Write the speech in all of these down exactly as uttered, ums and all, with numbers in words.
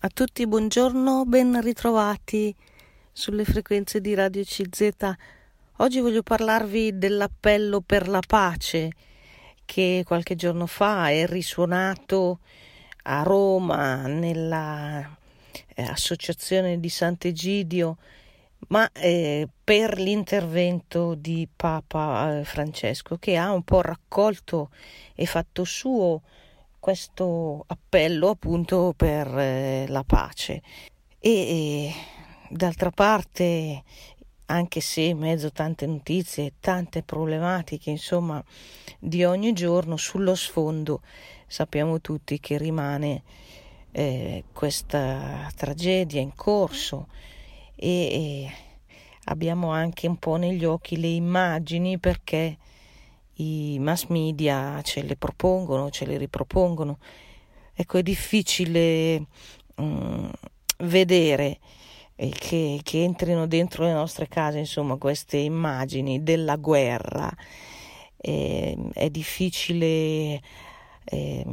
A tutti buongiorno, ben ritrovati sulle frequenze di Radio C Z. Oggi voglio parlarvi dell'appello per la pace che qualche giorno fa è risuonato a Roma nella eh, associazione di Sant'Egidio, ma eh, per l'intervento di Papa eh, Francesco, che ha un po' raccolto e fatto suo questo appello appunto per eh, la pace. E, e d'altra parte, anche se in mezzo a tante notizie, tante problematiche, insomma, di ogni giorno, sullo sfondo sappiamo tutti che rimane eh, questa tragedia in corso e, e abbiamo anche un po' negli occhi le immagini, perché i mass media ce le propongono, ce le ripropongono. Ecco, è difficile um, vedere eh, che, che entrino dentro le nostre case, insomma, queste immagini della guerra. Eh, è difficile, eh,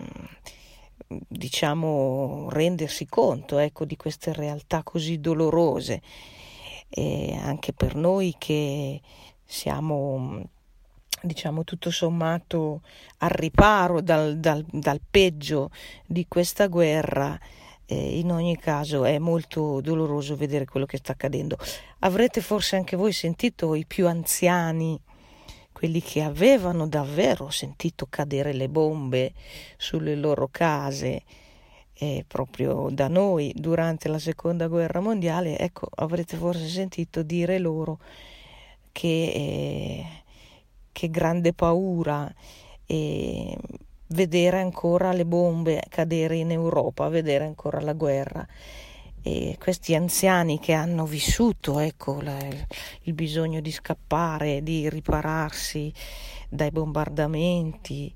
diciamo, rendersi conto, ecco, di queste realtà così dolorose. E anche per noi che siamo, diciamo, tutto sommato al riparo dal, dal, dal peggio di questa guerra, eh, in ogni caso è molto doloroso vedere quello che sta accadendo. Avrete forse anche voi sentito i più anziani, quelli che avevano davvero sentito cadere le bombe sulle loro case, eh, proprio da noi durante la seconda guerra mondiale. Ecco, avrete forse sentito dire loro che eh, che grande paura e vedere ancora le bombe cadere in Europa, vedere ancora la guerra. E questi anziani che hanno vissuto, ecco, la, il bisogno di scappare, di ripararsi dai bombardamenti,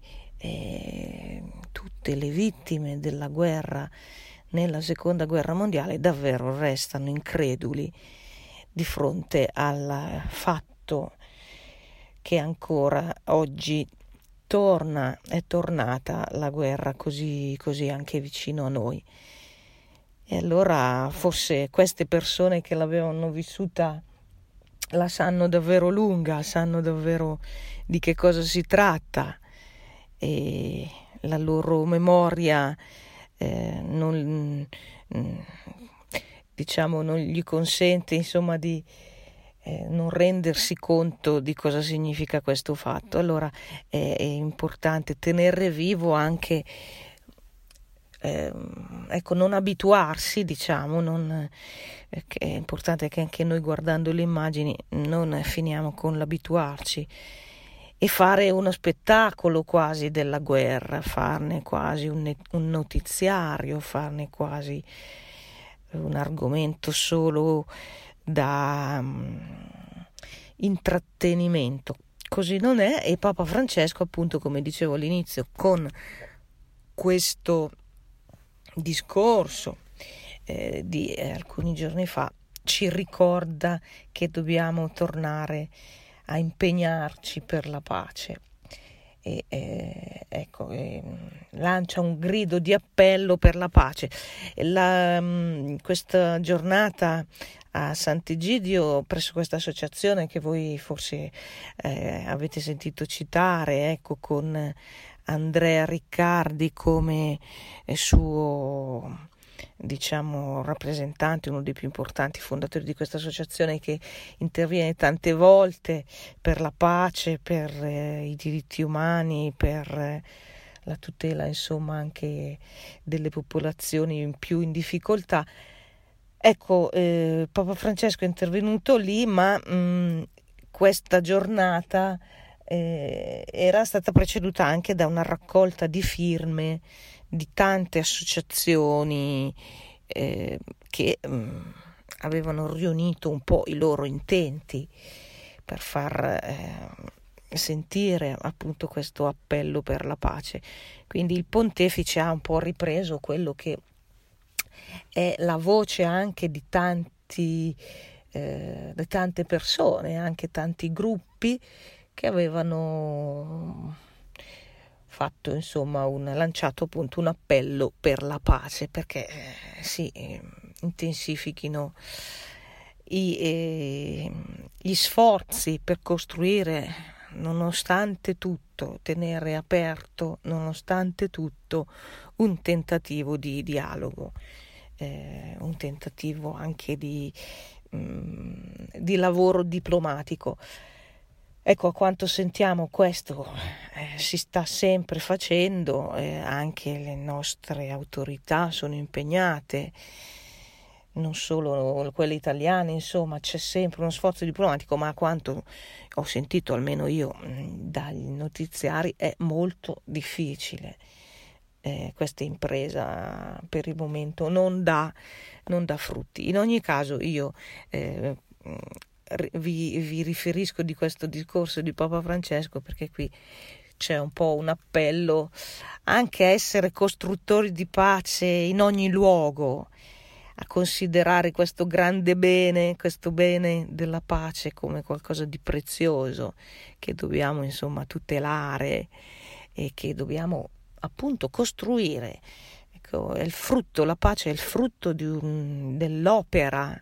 e tutte le vittime della guerra nella seconda guerra mondiale, davvero restano increduli di fronte al fatto che ancora oggi torna, è tornata la guerra così, così anche vicino a noi. E allora forse queste persone che l'avevano vissuta la sanno davvero lunga, sanno davvero di che cosa si tratta, e la loro memoria eh, non, diciamo, non gli consente, insomma, di Eh, non rendersi conto di cosa significa questo fatto. Allora è, è importante tenere vivo anche, eh, ecco, non abituarsi, diciamo, non, eh, è importante che anche noi, guardando le immagini, non finiamo con l'abituarci e fare uno spettacolo quasi della guerra, farne quasi un, un notiziario, farne quasi un argomento solo da um, intrattenimento. Così non è, e Papa Francesco, appunto, come dicevo all'inizio, con questo discorso eh, di eh, alcuni giorni fa, ci ricorda che dobbiamo tornare a impegnarci per la pace. E eh, ecco, eh, lancia un grido di appello per la pace. La, um, questa giornata a Sant'Egidio, presso questa associazione che voi forse eh, avete sentito citare, ecco, con Andrea Riccardi come eh, suo, diciamo, rappresentante, uno dei più importanti fondatori di questa associazione, che interviene tante volte per la pace, per eh, i diritti umani, per eh, la tutela, insomma, anche delle popolazioni più in difficoltà. Ecco, eh, Papa Francesco è intervenuto lì, ma mh, questa giornata eh, era stata preceduta anche da una raccolta di firme di tante associazioni eh, che mh, avevano riunito un po' i loro intenti per far eh, sentire appunto questo appello per la pace. Quindi il pontefice ha un po' ripreso quello che è la voce anche di tanti eh, di tante persone, anche tanti gruppi che avevano fatto insomma un lanciato appunto un appello per la pace, perché eh, si eh, intensifichino i, eh, gli sforzi per costruire, nonostante tutto, tenere aperto nonostante tutto un tentativo di dialogo, eh, un tentativo anche di, mh, di lavoro diplomatico. Ecco, a quanto sentiamo questo eh, si sta sempre facendo, eh, anche le nostre autorità sono impegnate, non solo quelle italiane, insomma c'è sempre uno sforzo diplomatico, ma a quanto ho sentito almeno io dagli notiziari è molto difficile. Eh, questa impresa per il momento non dà, non dà frutti. In ogni caso io eh, Vi, vi riferisco di questo discorso di Papa Francesco perché qui c'è un po' un appello anche a essere costruttori di pace in ogni luogo, a considerare questo grande bene, questo bene della pace come qualcosa di prezioso che dobbiamo insomma tutelare e che dobbiamo appunto costruire. Ecco, è il frutto, la pace è il frutto di un, dell'opera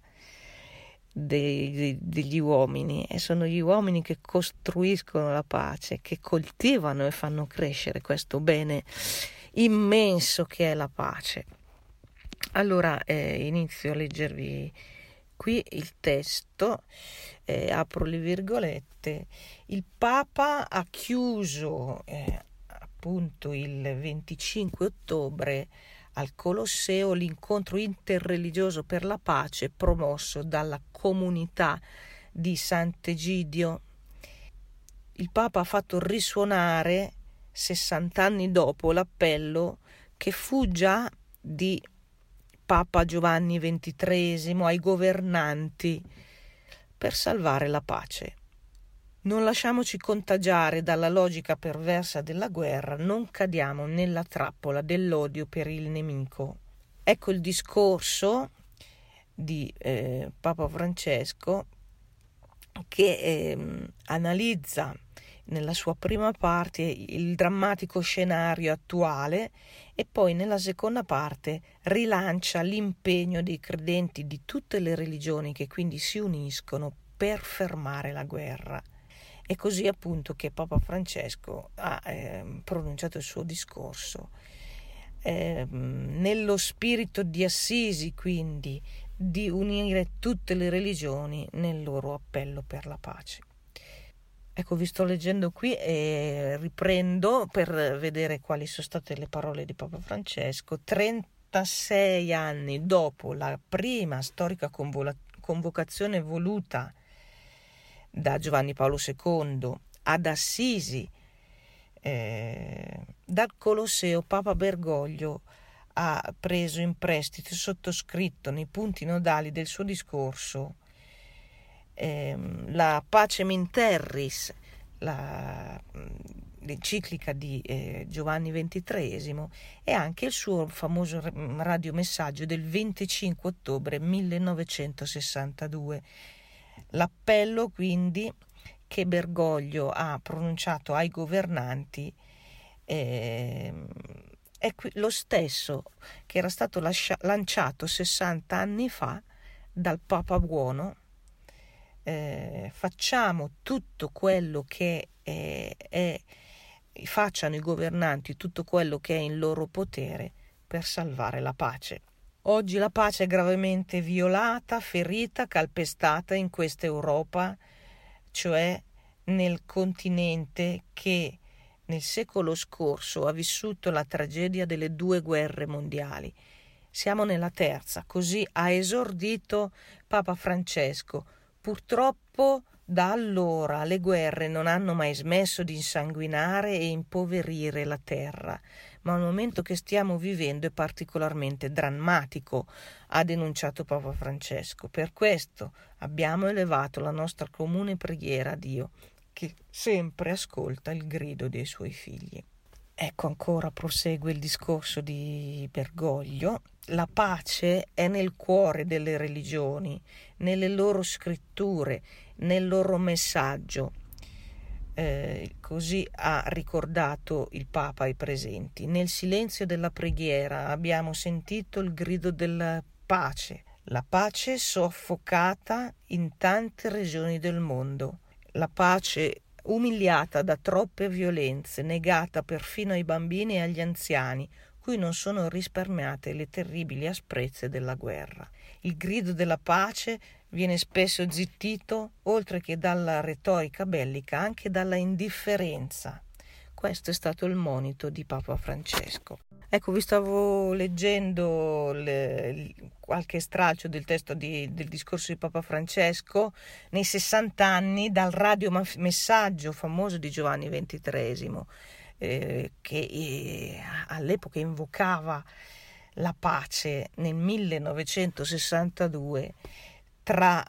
Dei, degli uomini, e sono gli uomini che costruiscono la pace, che coltivano e fanno crescere questo bene immenso che è la pace. Allora eh, inizio a leggervi qui il testo, eh, apro le virgolette. Il Papa ha chiuso eh, appunto il venticinque ottobre al Colosseo l'incontro interreligioso per la pace promosso dalla comunità di Sant'Egidio. Il Papa ha fatto risuonare sessant'anni dopo l'appello che fu già di Papa Giovanni ventitreesimo ai governanti per salvare la pace. Non lasciamoci contagiare dalla logica perversa della guerra, non cadiamo nella trappola dell'odio per il nemico. Ecco il discorso di eh, Papa Francesco che eh, analizza nella sua prima parte il drammatico scenario attuale e poi nella seconda parte rilancia l'impegno dei credenti di tutte le religioni che quindi si uniscono per fermare la guerra. È così appunto che Papa Francesco ha eh, pronunciato il suo discorso. Eh, nello spirito di Assisi, quindi, di unire tutte le religioni nel loro appello per la pace. Ecco, vi sto leggendo qui e riprendo per vedere quali sono state le parole di Papa Francesco. trentasei anni dopo la prima storica convola- convocazione voluta da Giovanni Paolo secondo ad Assisi, eh, dal Colosseo, Papa Bergoglio ha preso in prestito e sottoscritto nei punti nodali del suo discorso eh, la Pacem in Terris, la, l'enciclica di eh, Giovanni ventitreesimo, e anche il suo famoso radiomessaggio del venticinque ottobre millenovecentosessantadue. L'appello quindi che Bergoglio ha pronunciato ai governanti eh, è qui lo stesso che era stato lascia- lanciato sessanta anni fa dal Papa Buono. Eh, facciamo tutto quello che è, è, facciano i governanti tutto quello che è in loro potere per salvare la pace. Oggi la pace è gravemente violata, ferita, calpestata in questa Europa, cioè nel continente che nel secolo scorso ha vissuto la tragedia delle due guerre mondiali. Siamo nella terza, così ha esordito Papa Francesco. Purtroppo da allora le guerre non hanno mai smesso di insanguinare e impoverire la terra, ma il momento che stiamo vivendo è particolarmente drammatico, ha denunciato Papa Francesco. Per questo abbiamo elevato la nostra comune preghiera a Dio, che sempre ascolta il grido dei suoi figli. Ecco, ancora prosegue il discorso di Bergoglio. La pace è nel cuore delle religioni, nelle loro scritture, nel loro messaggio. Eh, così ha ricordato il Papa ai presenti. Nel silenzio della preghiera abbiamo sentito il grido della pace, la pace soffocata in tante regioni del mondo, la pace umiliata da troppe violenze, negata perfino ai bambini e agli anziani, cui non sono risparmiate le terribili asprezze della guerra. Il grido della pace viene spesso zittito, oltre che dalla retorica bellica, anche dalla indifferenza. Questo è stato il monito di Papa Francesco. Ecco, vi stavo leggendo le, qualche stralcio del testo di, del discorso di Papa Francesco nei sessanta anni dal radiomessaggio famoso di Giovanni ventitreesimo, eh, che eh, all'epoca invocava la pace nel millenovecentosessantadue tra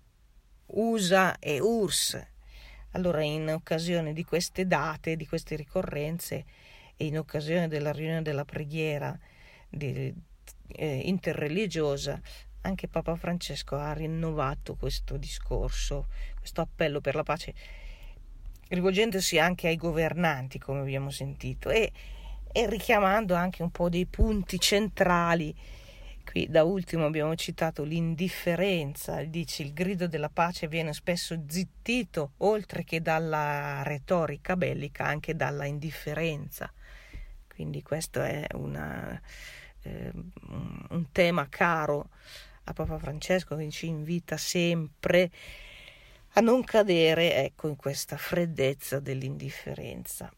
U S A e U R S S. Allora, in occasione di queste date, di queste ricorrenze e in occasione della riunione della preghiera di, eh, interreligiosa, anche Papa Francesco ha rinnovato questo discorso, questo appello per la pace, rivolgendosi anche ai governanti, come abbiamo sentito, e, e richiamando anche un po' dei punti centrali. Qui da ultimo abbiamo citato l'indifferenza, dice il grido della pace viene spesso zittito, oltre che dalla retorica bellica, anche dalla indifferenza. Quindi questo è una, eh, un tema caro a Papa Francesco, che ci invita sempre a non cadere, ecco, in questa freddezza dell'indifferenza.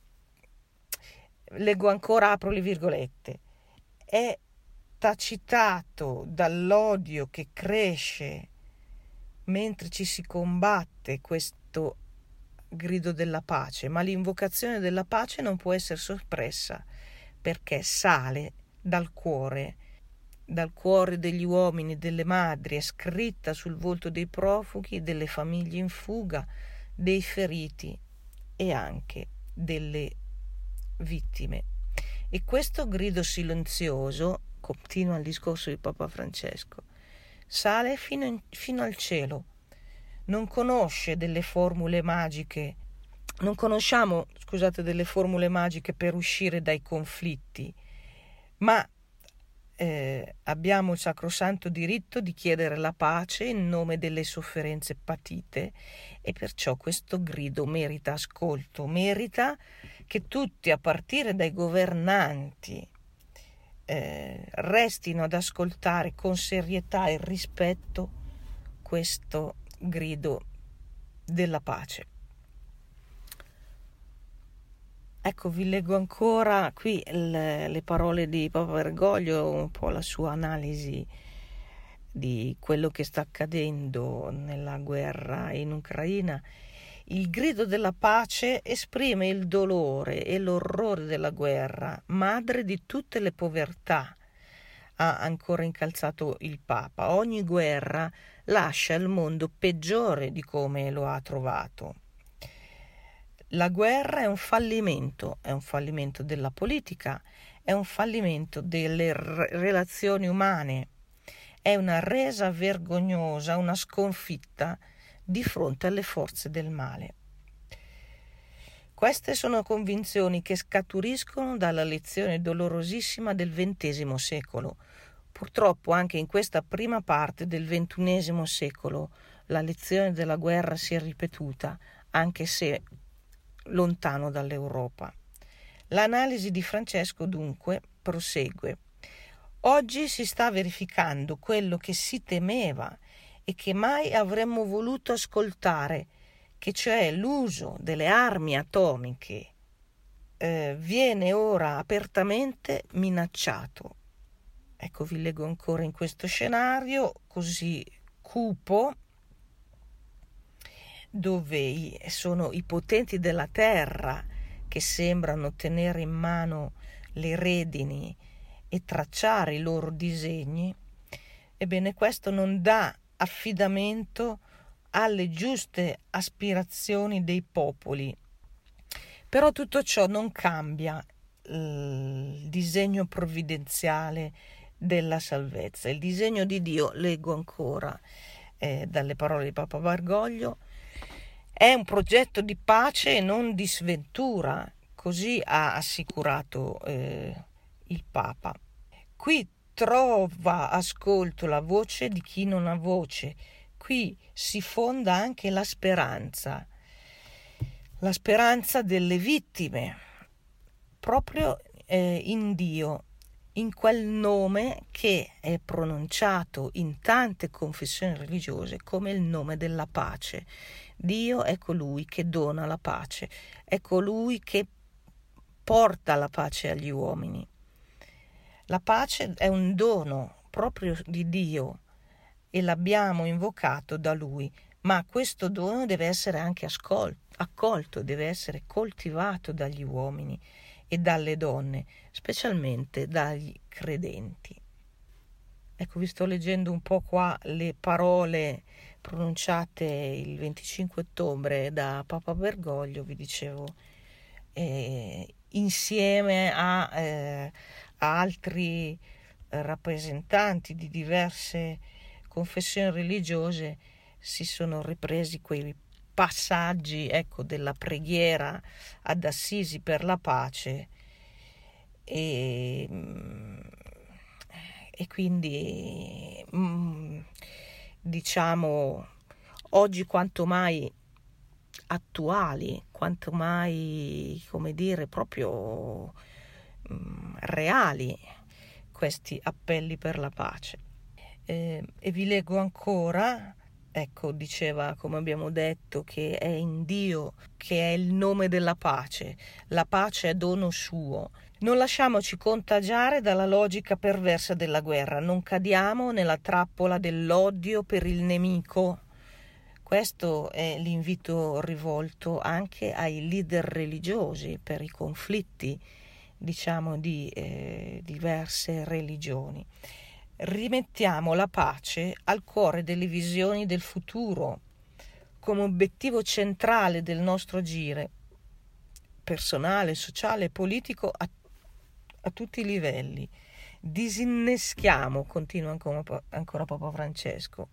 Leggo ancora, apro le virgolette. È tacitato dall'odio che cresce mentre ci si combatte questo grido della pace, ma l'invocazione della pace non può essere soppressa, perché sale dal cuore, dal cuore degli uomini, delle madri, è scritta sul volto dei profughi, delle famiglie in fuga, dei feriti e anche delle vittime. E questo grido silenzioso, continua il discorso di Papa Francesco, sale fino, in, fino al cielo, non conosce delle formule magiche, non conosciamo, scusate, delle formule magiche per uscire dai conflitti, ma eh, abbiamo il sacrosanto diritto di chiedere la pace in nome delle sofferenze patite, e perciò questo grido merita ascolto, merita che tutti, a partire dai governanti, eh, restino ad ascoltare con serietà e rispetto questo grido della pace. Ecco, vi leggo ancora qui le, le parole di Papa Bergoglio, un po' la sua analisi di quello che sta accadendo nella guerra in Ucraina. Il grido della pace esprime il dolore e l'orrore della guerra, madre di tutte le povertà, ha ancora incalzato il Papa. Ogni guerra lascia il mondo peggiore di come lo ha trovato. La guerra è un fallimento, è un fallimento della politica, è un fallimento delle r- relazioni umane, è una resa vergognosa, una sconfitta di fronte alle forze del male. Queste sono convinzioni che scaturiscono dalla lezione dolorosissima del ventesimo secolo. Purtroppo anche in questa prima parte del ventunesimo secolo la lezione della guerra si è ripetuta, anche se lontano dall'Europa. L'analisi di Francesco dunque prosegue. Oggi si sta verificando quello che si temeva e che mai avremmo voluto ascoltare, che cioè l'uso delle armi atomiche eh, viene ora apertamente minacciato. Ecco, vi leggo ancora in questo scenario così cupo, dove sono i potenti della terra che sembrano tenere in mano le redini e tracciare i loro disegni. Ebbene, questo non dà affidamento alle giuste aspirazioni dei popoli. Però tutto ciò non cambia il disegno provvidenziale della salvezza. Il disegno di Dio, leggo ancora eh, dalle parole di Papa Bergoglio, È un progetto di pace e non di sventura, così ha assicurato eh, il Papa. Qui trova ascolto la voce di chi non ha voce, qui si fonda anche la speranza, la speranza delle vittime, proprio eh, in Dio, in quel nome che è pronunciato in tante confessioni religiose come il nome della pace. Dio è colui che dona la pace, è colui che porta la pace agli uomini. La pace è un dono proprio di Dio e l'abbiamo invocato da Lui, ma questo dono deve essere anche ascol- accolto, deve essere coltivato dagli uomini e dalle donne, specialmente dagli credenti. Ecco, vi sto leggendo un po' qua le parole pronunciate il venticinque ottobre da Papa Bergoglio, vi dicevo, eh, insieme a, eh, a altri eh, rappresentanti di diverse confessioni religiose si sono ripresi quei passaggi, ecco, della preghiera ad Assisi per la pace e, e quindi mm, diciamo oggi quanto mai attuali, quanto mai, come dire, proprio mm, reali questi appelli per la pace. Eh, e vi leggo ancora. Ecco, diceva, come abbiamo detto, che è in Dio che è il nome della pace. La pace è dono suo. Non lasciamoci contagiare dalla logica perversa della guerra. Non cadiamo nella trappola dell'odio per il nemico. Questo è l'invito rivolto anche ai leader religiosi per i conflitti, diciamo, di eh, diverse religioni. Rimettiamo la pace al cuore delle visioni del futuro, come obiettivo centrale del nostro agire, personale, sociale e politico a, a tutti i livelli. Disinneschiamo, continua ancora, ancora Papa Francesco,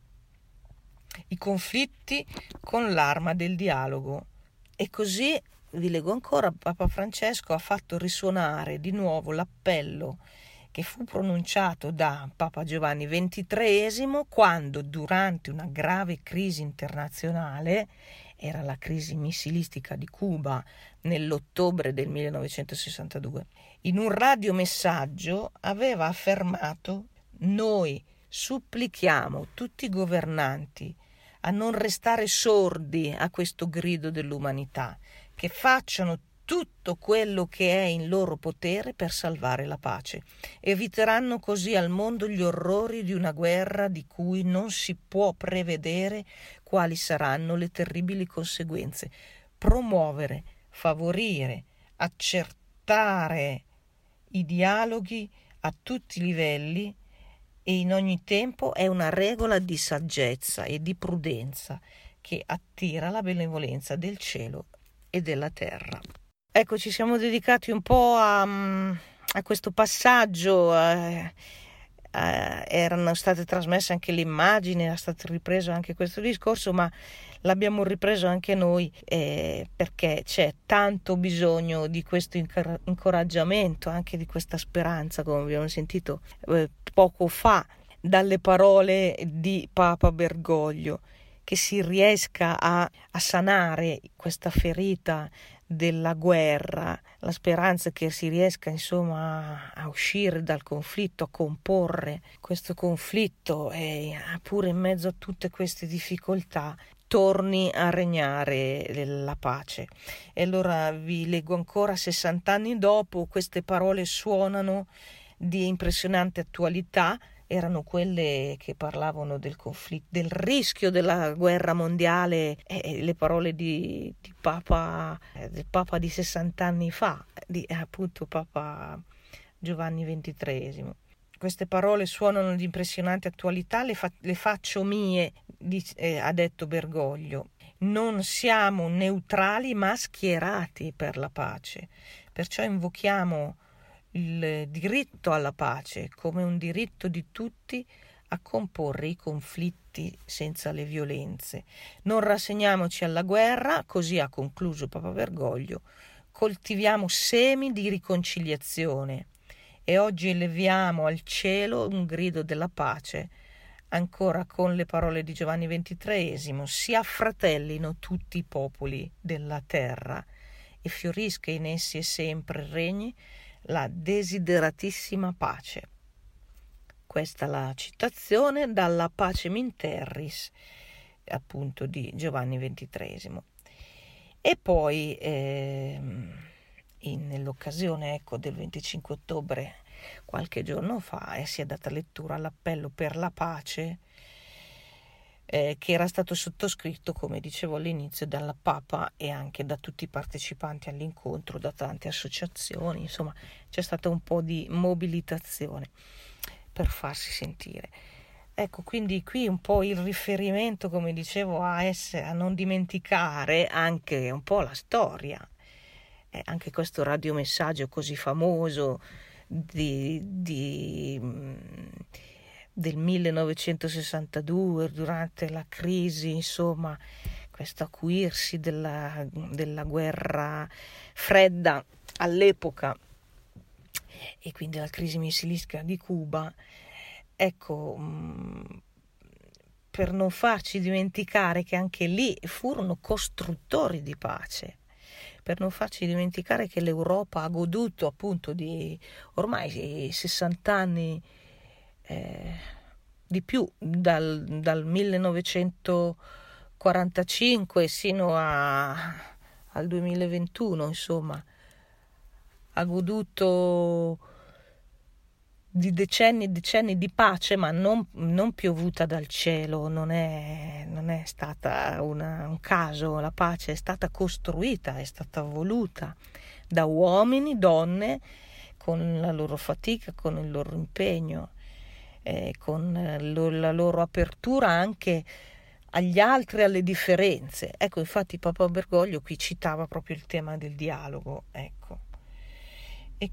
i conflitti con l'arma del dialogo. E così, vi leggo ancora, Papa Francesco ha fatto risuonare di nuovo l'appello che fu pronunciato da Papa Giovanni ventitreesimo quando, durante una grave crisi internazionale, era la crisi missilistica di Cuba nell'ottobre del millenovecentosessantadue, in un radiomessaggio aveva affermato: noi supplichiamo tutti i governanti a non restare sordi a questo grido dell'umanità, che facciano tutto quello che è in loro potere per salvare la pace. Eviteranno così al mondo gli orrori di una guerra di cui non si può prevedere quali saranno le terribili conseguenze. Promuovere, favorire, accertare i dialoghi a tutti i livelli e in ogni tempo è una regola di saggezza e di prudenza che attira la benevolenza del cielo e della terra. Ecco, ci siamo dedicati un po' a, a questo passaggio, eh, eh, erano state trasmesse anche le immagini, era stato ripreso anche questo discorso, ma l'abbiamo ripreso anche noi eh, perché c'è tanto bisogno di questo incor- incoraggiamento, anche di questa speranza, come abbiamo sentito eh, poco fa dalle parole di Papa Bergoglio, che si riesca a, a sanare questa ferita della guerra, la speranza che si riesca insomma a, a uscire dal conflitto, a comporre questo conflitto e pure in mezzo a tutte queste difficoltà torni a regnare la pace. E allora vi leggo ancora: sessanta anni dopo queste parole suonano di impressionante attualità. Erano quelle che parlavano del conflitto, del rischio della guerra mondiale, e le parole di, di Papa, del Papa di sessanta anni fa, di appunto Papa Giovanni ventitreesimo. Queste parole suonano di impressionante attualità, le, fa, le faccio mie, di, eh, ha detto Bergoglio. Non siamo neutrali ma schierati per la pace, perciò invochiamo il diritto alla pace come un diritto di tutti a comporre i conflitti senza le violenze. Non rassegniamoci alla guerra, così ha concluso Papa Bergoglio, coltiviamo semi di riconciliazione e oggi eleviamo al cielo un grido della pace, ancora con le parole di Giovanni ventitreesimo: si affratellino tutti i popoli della terra e fiorisca in essi e sempre regni la desideratissima pace. Questa è la citazione dalla Pacem in Terris, appunto, di Giovanni ventitreesimo. E poi eh, in, nell'occasione ecco, del venticinque ottobre, qualche giorno fa, eh, si è data lettura all'appello per la pace eh, che era stato sottoscritto, come dicevo all'inizio, dalla Papa e anche da tutti i partecipanti all'incontro, da tante associazioni. Insomma, c'è stata un po' di mobilitazione per farsi sentire. Ecco, quindi qui un po' il riferimento, come dicevo, a essere, a non dimenticare anche un po' la storia. Eh, anche questo radiomessaggio così famoso di, di, del millenovecentosessantadue, durante la crisi, insomma, questo acuirsi della, della guerra fredda all'epoca, e quindi la crisi missilistica di Cuba, ecco, per non farci dimenticare che anche lì furono costruttori di pace, per non farci dimenticare che l'Europa ha goduto appunto di ormai sessanta anni eh, di più, dal, dal millenovecentoquarantacinque sino a, al duemilaventuno, insomma, ha goduto di decenni e decenni di pace, ma non, non piovuta dal cielo, non è, non è stata una, un caso. La pace è stata costruita, è stata voluta da uomini, donne, con la loro fatica, con il loro impegno, eh, con la loro apertura anche agli altri, alle differenze. Ecco, infatti Papa Bergoglio qui citava proprio il tema del dialogo, ecco. E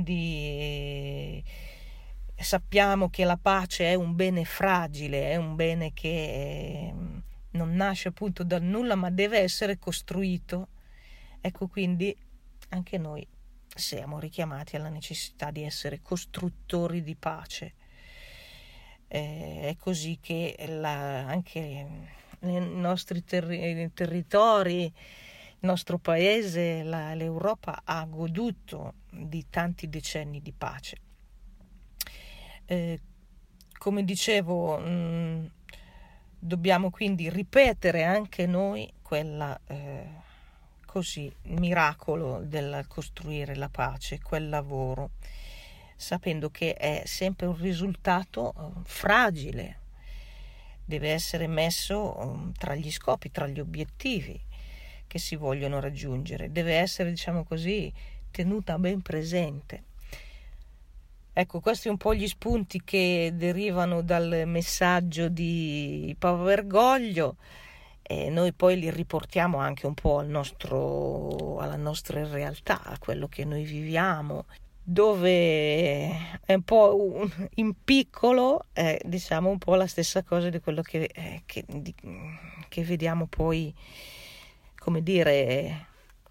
quindi eh, sappiamo che la pace è un bene fragile, è un bene che eh, non nasce appunto dal nulla, ma deve essere costruito. Ecco, quindi anche noi siamo richiamati alla necessità di essere costruttori di pace. Eh, è così che la, anche nei nostri terri- territori, il nostro paese, la, l'Europa ha goduto di tanti decenni di pace. Eh, come dicevo, mh, dobbiamo quindi ripetere anche noi quella eh, così miracolo del costruire la pace, quel lavoro, sapendo che è sempre un risultato uh, fragile, deve essere messo um, tra gli scopi, tra gli obiettivi che si vogliono raggiungere, deve essere, diciamo così, tenuta ben presente. Ecco, questi un po' gli spunti che derivano dal messaggio di Papa Bergoglio, e noi poi li riportiamo anche un po' al nostro, alla nostra realtà, a quello che noi viviamo, dove è un po' in piccolo, eh, diciamo un po' la stessa cosa di quello che, eh, che, di, che vediamo poi, come dire,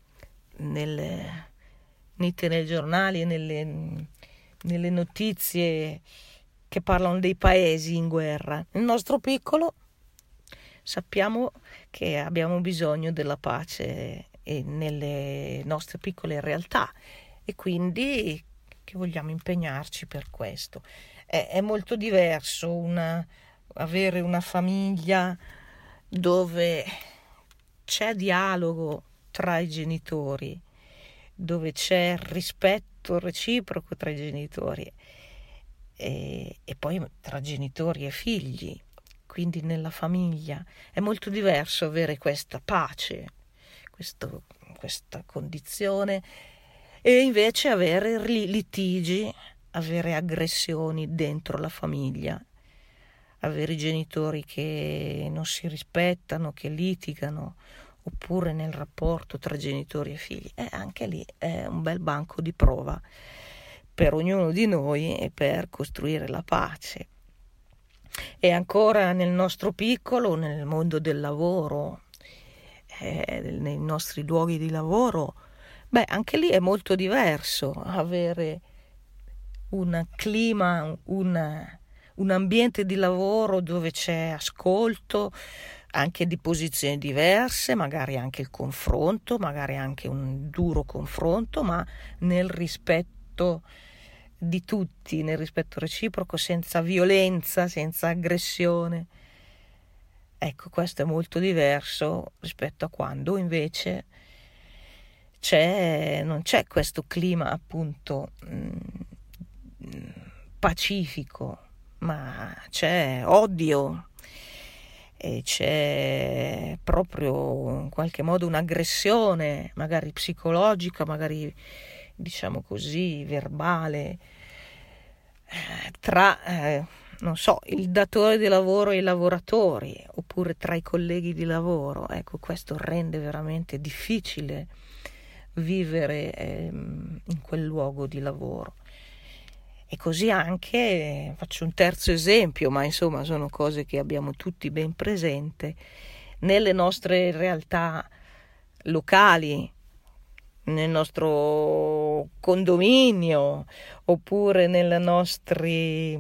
nel, nei telegiornali, nelle, nelle notizie che parlano dei paesi in guerra. Nel nostro piccolo sappiamo che abbiamo bisogno della pace e nelle nostre piccole realtà, e quindi che vogliamo impegnarci per questo. È, è molto diverso una, avere una famiglia dove c'è dialogo tra i genitori, dove c'è rispetto reciproco tra i genitori e, e poi tra genitori e figli, quindi nella famiglia. È molto diverso avere questa pace, questo, questa condizione, e invece avere litigi, avere aggressioni dentro la famiglia, avere i genitori che non si rispettano, che litigano, oppure nel rapporto tra genitori e figli. E anche lì è un bel banco di prova per ognuno di noi e per costruire la pace. E ancora nel nostro piccolo, nel mondo del lavoro, eh, nei nostri luoghi di lavoro, beh, anche lì è molto diverso avere un clima, un, un ambiente di lavoro dove c'è ascolto, anche di posizioni diverse, magari anche il confronto, magari anche un duro confronto, ma nel rispetto di tutti, nel rispetto reciproco, senza violenza, senza aggressione. Ecco, questo è molto diverso rispetto a quando invece c'è, non c'è questo clima appunto mh, pacifico, ma c'è odio e c'è proprio in qualche modo un'aggressione, magari psicologica, magari diciamo così, verbale, eh, tra, eh, non so, il datore di lavoro e i lavoratori, oppure tra i colleghi di lavoro. Ecco, questo rende veramente difficile vivere ehm, in quel luogo di lavoro. E così anche, faccio un terzo esempio, ma insomma sono cose che abbiamo tutti ben presente, nelle nostre realtà locali, nel nostro condominio, oppure nei nostri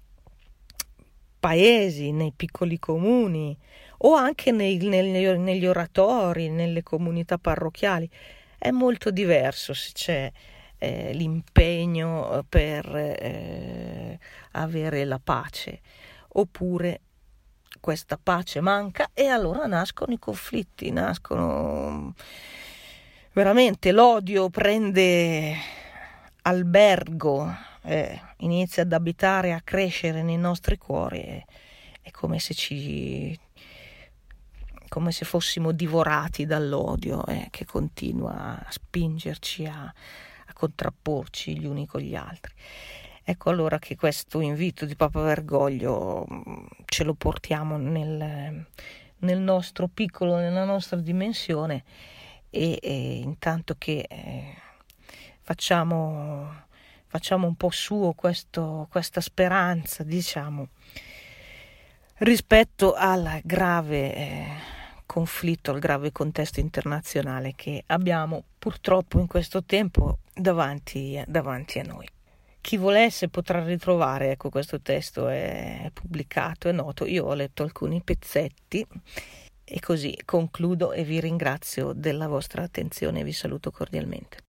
paesi, nei piccoli comuni, o anche nei, negli, negli oratori, nelle comunità parrocchiali. È molto diverso se c'è eh, l'impegno per eh, avere la pace, oppure questa pace manca e allora nascono i conflitti, nascono veramente l'odio prende albergo, eh, inizia ad abitare, a crescere nei nostri cuori, è, è come se ci come se fossimo divorati dall'odio eh, che continua a spingerci a, a contrapporci gli uni con gli altri. Ecco allora che questo invito di Papa Bergoglio ce lo portiamo nel, nel nostro piccolo, nella nostra dimensione e, e intanto che eh, facciamo, facciamo un po' suo questo, questa speranza, diciamo, rispetto al grave eh, conflitto, al grave contesto internazionale che abbiamo purtroppo in questo tempo davanti, davanti a noi. Chi volesse potrà ritrovare, ecco, questo testo è pubblicato, è noto, io ho letto alcuni pezzetti e così concludo e vi ringrazio della vostra attenzione e vi saluto cordialmente.